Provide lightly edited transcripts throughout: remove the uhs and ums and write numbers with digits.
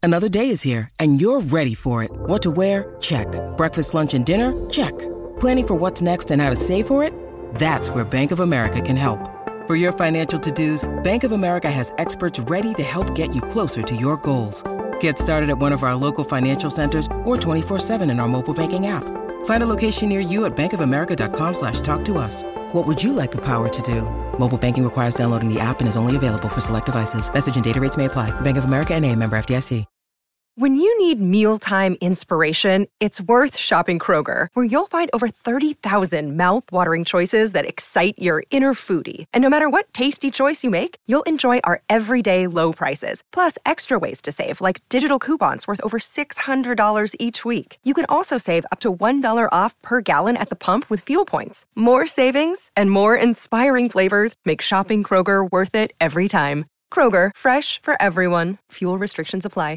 Another day is here, and you're ready for it. What to wear? Check. Breakfast, lunch, and dinner? Check. Planning for what's next and how to save for it? That's where Bank of America can help. For your financial to-dos, Bank of America has experts ready to help get you closer to your goals. Get started at one of our local financial centers or 24/7 in our mobile banking app. Find a location near you at bankofamerica.com/talktous. What would you like the power to do? Mobile banking requires downloading the app and is only available for select devices. Message and data rates may apply. Bank of America N.A., member FDIC. When you need mealtime inspiration, it's worth shopping Kroger, where you'll find over 30,000 mouth-watering choices that excite your inner foodie. And no matter what tasty choice you make, you'll enjoy our everyday low prices, plus extra ways to save, like digital coupons worth over $600 each week. You can also save up to $1 off per gallon at the pump with fuel points. More savings and more inspiring flavors make shopping Kroger worth it every time. Kroger, fresh for everyone. Fuel restrictions apply.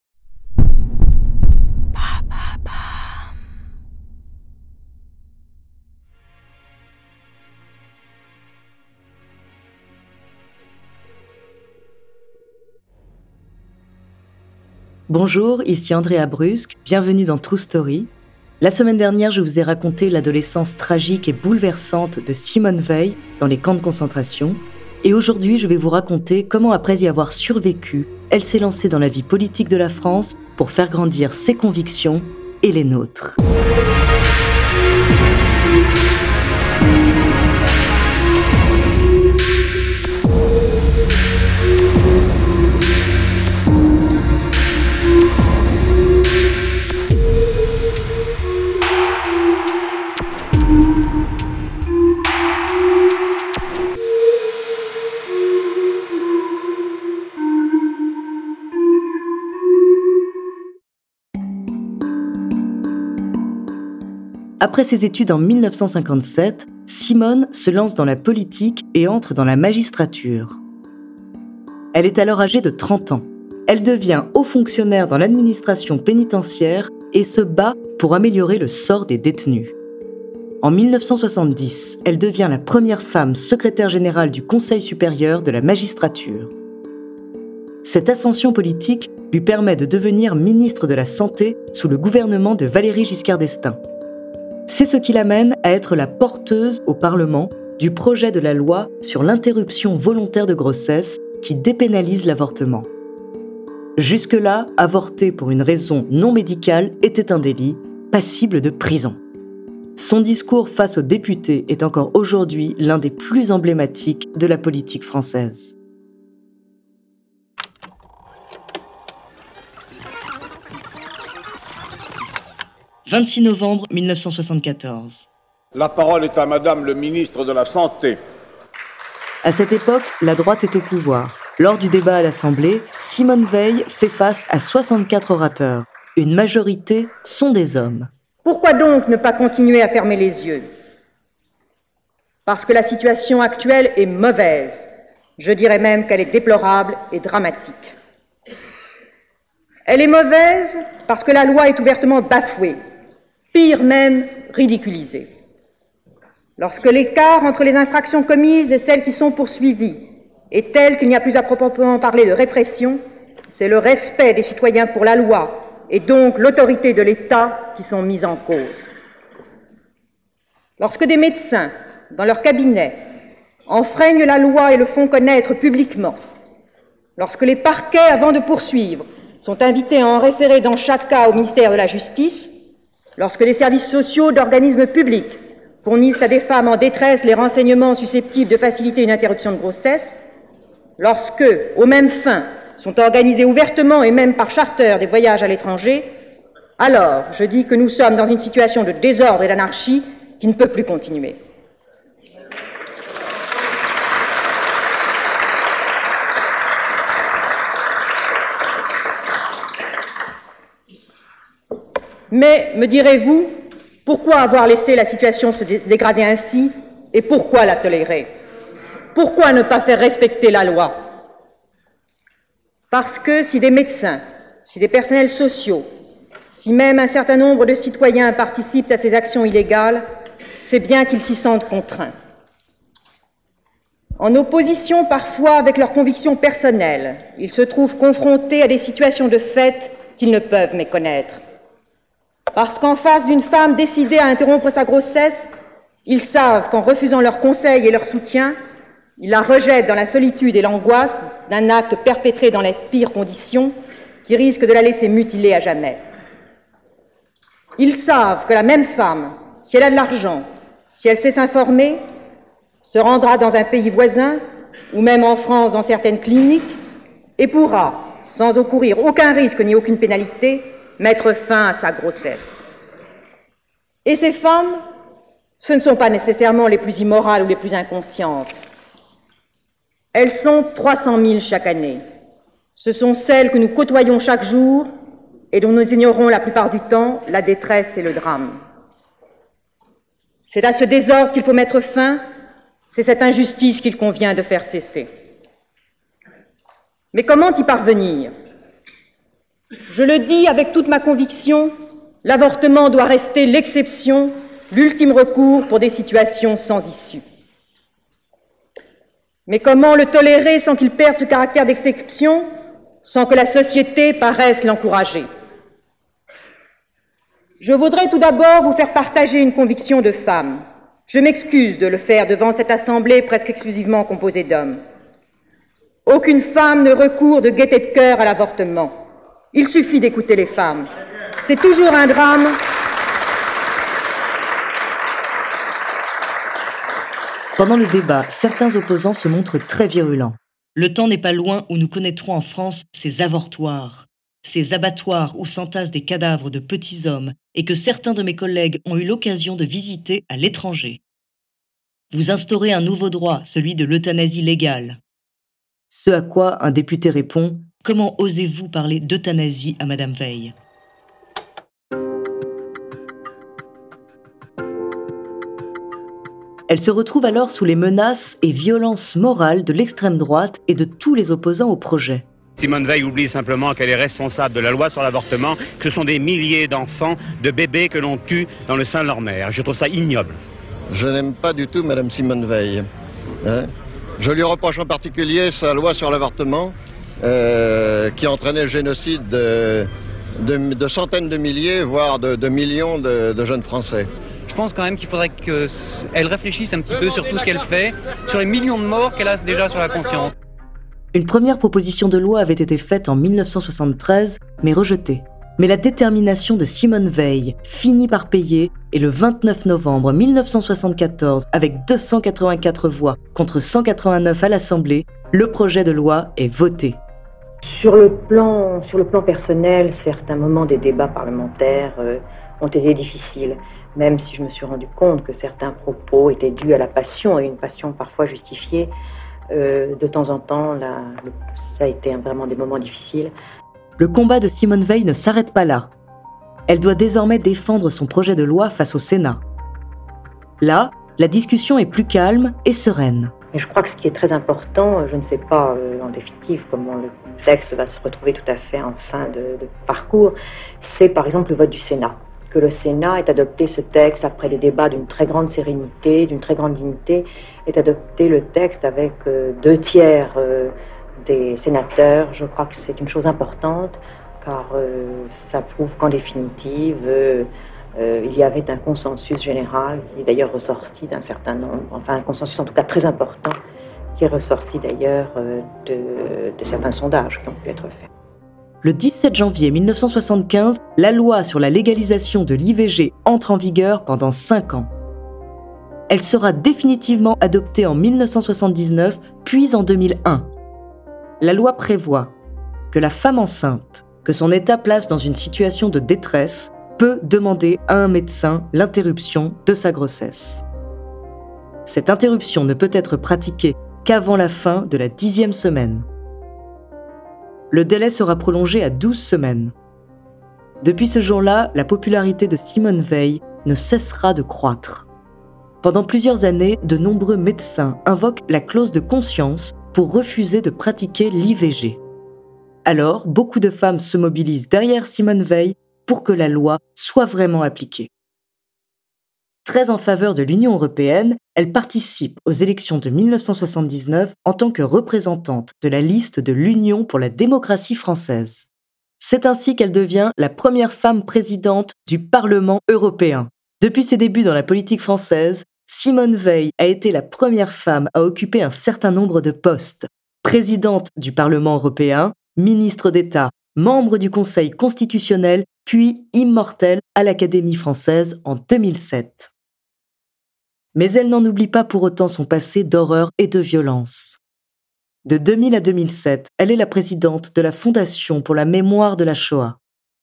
Bonjour, ici Andrea Brusque, bienvenue dans True Story. La semaine dernière, je vous ai raconté l'adolescence tragique et bouleversante de Simone Veil dans les camps de concentration. Et aujourd'hui, je vais vous raconter comment, après y avoir survécu, elle s'est lancée dans la vie politique de la France pour faire grandir ses convictions et les nôtres. Après ses études en 1957, Simone se lance dans la politique et entre dans la magistrature. Elle est alors âgée de 30 ans. Elle devient haut fonctionnaire dans l'administration pénitentiaire et se bat pour améliorer le sort des détenus. En 1970, elle devient la première femme secrétaire générale du Conseil supérieur de la magistrature. Cette ascension politique lui permet de devenir ministre de la Santé sous le gouvernement de Valéry Giscard d'Estaing. C'est ce qui l'amène à être la porteuse au Parlement du projet de la loi sur l'interruption volontaire de grossesse qui dépénalise l'avortement. Jusque-là, avorter pour une raison non médicale était un délit, passible de prison. Son discours face aux députés est encore aujourd'hui l'un des plus emblématiques de la politique française. « 26 novembre 1974. La parole est à Madame le ministre de la Santé. » À cette époque, la droite est au pouvoir. Lors du débat à l'Assemblée, Simone Veil fait face à 64 orateurs. Une majorité sont des hommes. Pourquoi donc ne pas continuer à fermer les yeux ? Parce que la situation actuelle est mauvaise. Je dirais même qu'elle est déplorable et dramatique. Elle est mauvaise parce que la loi est ouvertement bafouée. Pire même, ridiculisé. Lorsque l'écart entre les infractions commises et celles qui sont poursuivies est tel qu'il n'y a plus à proprement parler de répression, c'est le respect des citoyens pour la loi et donc l'autorité de l'État qui sont mises en cause. Lorsque des médecins, dans leur cabinet, enfreignent la loi et le font connaître publiquement, lorsque les parquets, avant de poursuivre, sont invités à en référer dans chaque cas au ministère de la Justice, lorsque des services sociaux d'organismes publics fournissent à des femmes en détresse les renseignements susceptibles de faciliter une interruption de grossesse, lorsque, aux mêmes fins, sont organisés ouvertement et même par charter des voyages à l'étranger, alors je dis que nous sommes dans une situation de désordre et d'anarchie qui ne peut plus continuer. Mais, me direz-vous, pourquoi avoir laissé la situation se dégrader ainsi et pourquoi la tolérer ? Pourquoi ne pas faire respecter la loi ? Parce que si des médecins, si des personnels sociaux, si même un certain nombre de citoyens participent à ces actions illégales, c'est bien qu'ils s'y sentent contraints. En opposition parfois avec leurs convictions personnelles, ils se trouvent confrontés à des situations de fait qu'ils ne peuvent méconnaître. Parce qu'en face d'une femme décidée à interrompre sa grossesse, ils savent qu'en refusant leurs conseils et leur soutien, ils la rejettent dans la solitude et l'angoisse d'un acte perpétré dans les pires conditions qui risque de la laisser mutilée à jamais. Ils savent que la même femme, si elle a de l'argent, si elle sait s'informer, se rendra dans un pays voisin, ou même en France dans certaines cliniques, et pourra, sans encourir aucun risque ni aucune pénalité, mettre fin à sa grossesse. Et ces femmes, ce ne sont pas nécessairement les plus immorales ou les plus inconscientes. Elles sont 300 000 chaque année. Ce sont celles que nous côtoyons chaque jour et dont nous ignorons la plupart du temps la détresse et le drame. C'est à ce désordre qu'il faut mettre fin, c'est cette injustice qu'il convient de faire cesser. Mais comment y parvenir ? Je le dis avec toute ma conviction, l'avortement doit rester l'exception, l'ultime recours pour des situations sans issue. Mais comment le tolérer sans qu'il perde ce caractère d'exception, sans que la société paraisse l'encourager ? Je voudrais tout d'abord vous faire partager une conviction de femme. Je m'excuse de le faire devant cette assemblée presque exclusivement composée d'hommes. Aucune femme ne recourt de gaieté de cœur à l'avortement. Il suffit d'écouter les femmes. C'est toujours un drame. Pendant le débat, certains opposants se montrent très virulents. Le temps n'est pas loin où nous connaîtrons en France ces avortoirs, ces abattoirs où s'entassent des cadavres de petits hommes et que certains de mes collègues ont eu l'occasion de visiter à l'étranger. Vous instaurez un nouveau droit, celui de l'euthanasie légale. Ce à quoi un député répond « Comment osez-vous parler d'euthanasie à Madame Veil ?» Elle se retrouve alors sous les menaces et violences morales de l'extrême droite et de tous les opposants au projet. Simone Veil oublie simplement qu'elle est responsable de la loi sur l'avortement, que ce sont des milliers d'enfants, de bébés que l'on tue dans le sein de leur mère. Je trouve ça ignoble. Je n'aime pas du tout Madame Simone Veil. Je lui reproche en particulier sa loi sur l'avortement qui entraînait le génocide de centaines de milliers, voire de millions de jeunes Français. Je pense quand même qu'il faudrait qu'elle réfléchisse un petit peu sur tout ce qu'elle fait, sur les millions de morts qu'elle a déjà sur la conscience. Une première proposition de loi avait été faite en 1973, mais rejetée. Mais la détermination de Simone Veil finit par payer et le 29 novembre 1974, avec 284 voix contre 189 à l'Assemblée, le projet de loi est voté. Sur le plan personnel, certains moments des débats parlementaires ont été difficiles, même si je me suis rendu compte que certains propos étaient dus à la passion, et une passion parfois justifiée. De temps en temps, ça a été vraiment des moments difficiles. Le combat de Simone Veil ne s'arrête pas là. Elle doit désormais défendre son projet de loi face au Sénat. Là, la discussion est plus calme et sereine. Et je crois que ce qui est très important, je ne sais pas en définitive comment le texte va se retrouver tout à fait en fin de parcours, c'est par exemple le vote du Sénat. Que le Sénat ait adopté ce texte après des débats d'une très grande sérénité, d'une très grande dignité, ait adopté le texte avec 2/3 des sénateurs. Je crois que c'est une chose importante, car ça prouve qu'en définitive, il y avait un consensus général qui est d'ailleurs ressorti d'un certain nombre, enfin un consensus en tout cas très important, qui est ressorti d'ailleurs de certains sondages qui ont pu être faits. Le 17 janvier 1975, la loi sur la légalisation de l'IVG entre en vigueur pendant 5 ans. Elle sera définitivement adoptée en 1979, puis en 2001. La loi prévoit que la femme enceinte, que son état place dans une situation de détresse, peut demander à un médecin l'interruption de sa grossesse. Cette interruption ne peut être pratiquée qu'avant la fin de la 10e semaine. Le délai sera prolongé à 12 semaines. Depuis ce jour-là, la popularité de Simone Veil ne cessera de croître. Pendant plusieurs années, de nombreux médecins invoquent la clause de conscience pour refuser de pratiquer l'IVG. Alors, beaucoup de femmes se mobilisent derrière Simone Veil pour que la loi soit vraiment appliquée. Très en faveur de l'Union européenne, elle participe aux élections de 1979 en tant que représentante de la liste de l'Union pour la démocratie française. C'est ainsi qu'elle devient la première femme présidente du Parlement européen. Depuis ses débuts dans la politique française, Simone Veil a été la première femme à occuper un certain nombre de postes. Présidente du Parlement européen, ministre d'État, membre du Conseil constitutionnel, puis immortelle à l'Académie française en 2007. Mais elle n'en oublie pas pour autant son passé d'horreur et de violence. De 2000 à 2007, elle est la présidente de la Fondation pour la mémoire de la Shoah.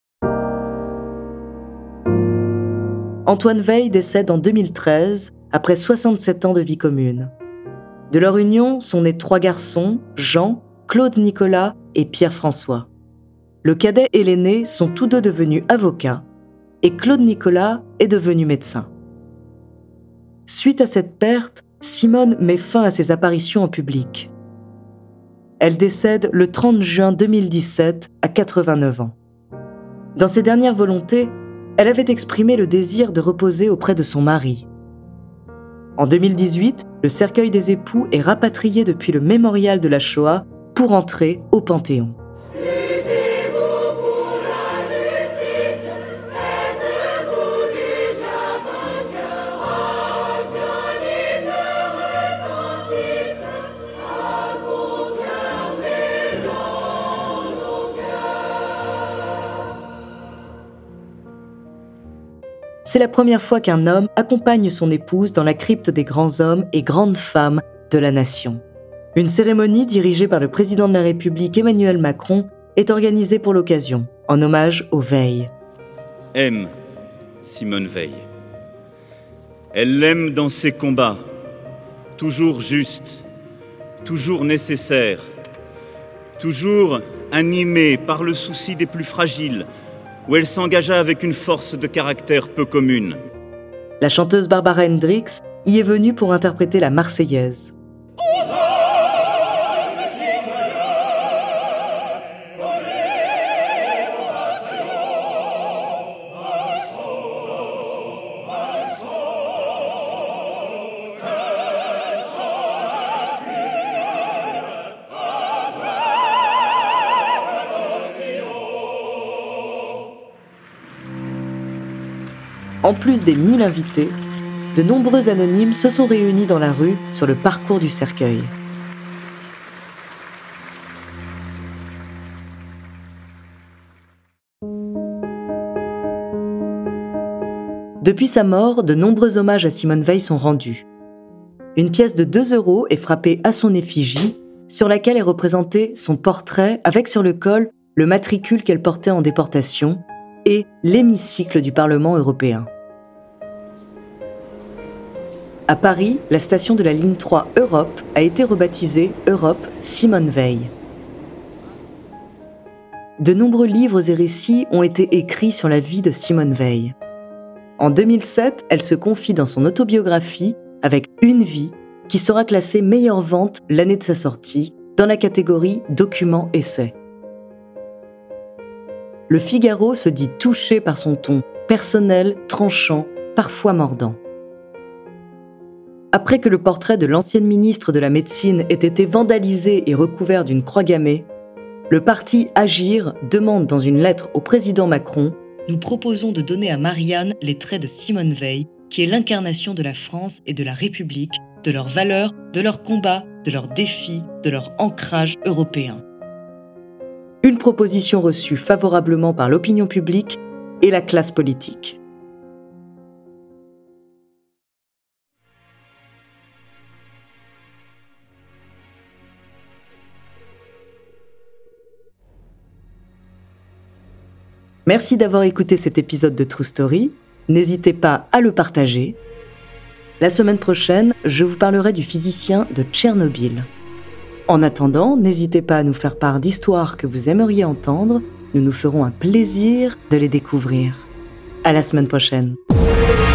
Antoine Veil décède en 2013, après 67 ans de vie commune. De leur union sont nés 3 garçons, Jean, Claude Nicolas et Pierre-François. Le cadet et l'aîné sont tous deux devenus avocats, et Claude Nicolas est devenu médecin. Suite à cette perte, Simone met fin à ses apparitions en public. Elle décède le 30 juin 2017 à 89 ans. Dans ses dernières volontés, elle avait exprimé le désir de reposer auprès de son mari. En 2018, le cercueil des époux est rapatrié depuis le mémorial de la Shoah pour entrer au Panthéon. C'est la première fois qu'un homme accompagne son épouse dans la crypte des grands hommes et grandes femmes de la nation. Une cérémonie dirigée par le président de la République Emmanuel Macron est organisée pour l'occasion, en hommage aux Veil. Aime Simone Veil. Elle l'aime dans ses combats, toujours justes, toujours nécessaires, toujours animée par le souci des plus fragiles, où elle s'engagea avec une force de caractère peu commune. La chanteuse Barbara Hendricks y est venue pour interpréter la Marseillaise. En plus des 1000 invités, de nombreux anonymes se sont réunis dans la rue sur le parcours du cercueil. Depuis sa mort, de nombreux hommages à Simone Veil sont rendus. Une pièce de 2 € est frappée à son effigie, sur laquelle est représenté son portrait avec sur le col le matricule qu'elle portait en déportation et l'hémicycle du Parlement européen. À Paris, la station de la ligne 3 Europe a été rebaptisée Europe Simone Veil. De nombreux livres et récits ont été écrits sur la vie de Simone Veil. En 2007, elle se confie dans son autobiographie avec Une vie, qui sera classée meilleure vente l'année de sa sortie, dans la catégorie Documents-Essais. Le Figaro se dit touché par son ton personnel, tranchant, parfois mordant. Après que le portrait de l'ancienne ministre de la Médecine ait été vandalisé et recouvert d'une croix gammée, le parti Agir demande dans une lettre au président Macron « Nous proposons de donner à Marianne les traits de Simone Veil, qui est l'incarnation de la France et de la République, de leurs valeurs, de leurs combats, de leurs défis, de leur ancrage européen. » Une proposition reçue favorablement par l'opinion publique et la classe politique. Merci d'avoir écouté cet épisode de True Story. N'hésitez pas à le partager. La semaine prochaine, je vous parlerai du physicien de Tchernobyl. En attendant, n'hésitez pas à nous faire part d'histoires que vous aimeriez entendre. Nous nous ferons un plaisir de les découvrir. À la semaine prochaine.